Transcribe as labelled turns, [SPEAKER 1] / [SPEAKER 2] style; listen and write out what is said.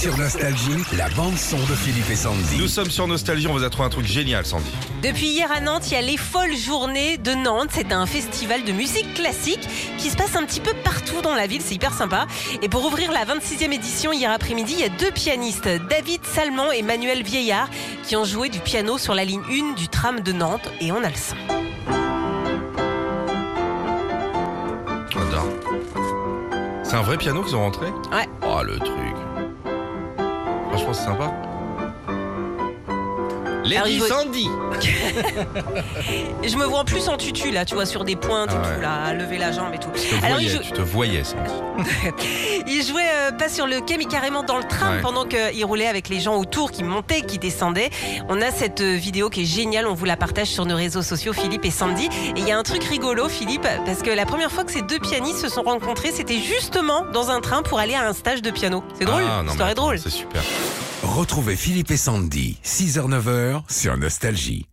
[SPEAKER 1] Sur Nostalgie, la bande-son de Philippe et Sandy.
[SPEAKER 2] Nous sommes sur Nostalgie, on vous a trouvé un truc génial, Sandy.
[SPEAKER 3] Depuis hier à Nantes, il y a les Folles Journées de Nantes. C'est un festival de musique classique qui se passe un petit peu partout dans la ville. C'est hyper sympa. Et pour ouvrir la 26e édition, hier après-midi, il y a deux pianistes, David Salmon et Manuel Vieillard, qui ont joué du piano sur la ligne 1 du tram de Nantes. Et on a le son.
[SPEAKER 2] J'adore. C'est un vrai piano qu'ils ont rentré ?
[SPEAKER 3] Ouais.
[SPEAKER 2] Oh, le truc. Franchement, c'est sympa. Lady Sandy.
[SPEAKER 3] Je me vois en plus en tutu là, tu vois, sur des pointes et tout là, à lever la jambe et tout.
[SPEAKER 2] Tu te voyais, Sandy.
[SPEAKER 3] Il jouait pas sur le quai mais carrément dans le tram pendant qu'il roulait avec les gens autour qui montaient, qui descendaient. On a cette vidéo qui est géniale, on vous la partage sur nos réseaux sociaux, Philippe et Sandy. Et il y a un truc rigolo, Philippe, parce que la première fois que ces deux pianistes se sont rencontrés, c'était justement dans un train pour aller à un stage de piano. C'est drôle, l'histoire est drôle.
[SPEAKER 2] C'est super.
[SPEAKER 1] Retrouvez Philippe et Sandy, 6h-9h sur Nostalgie.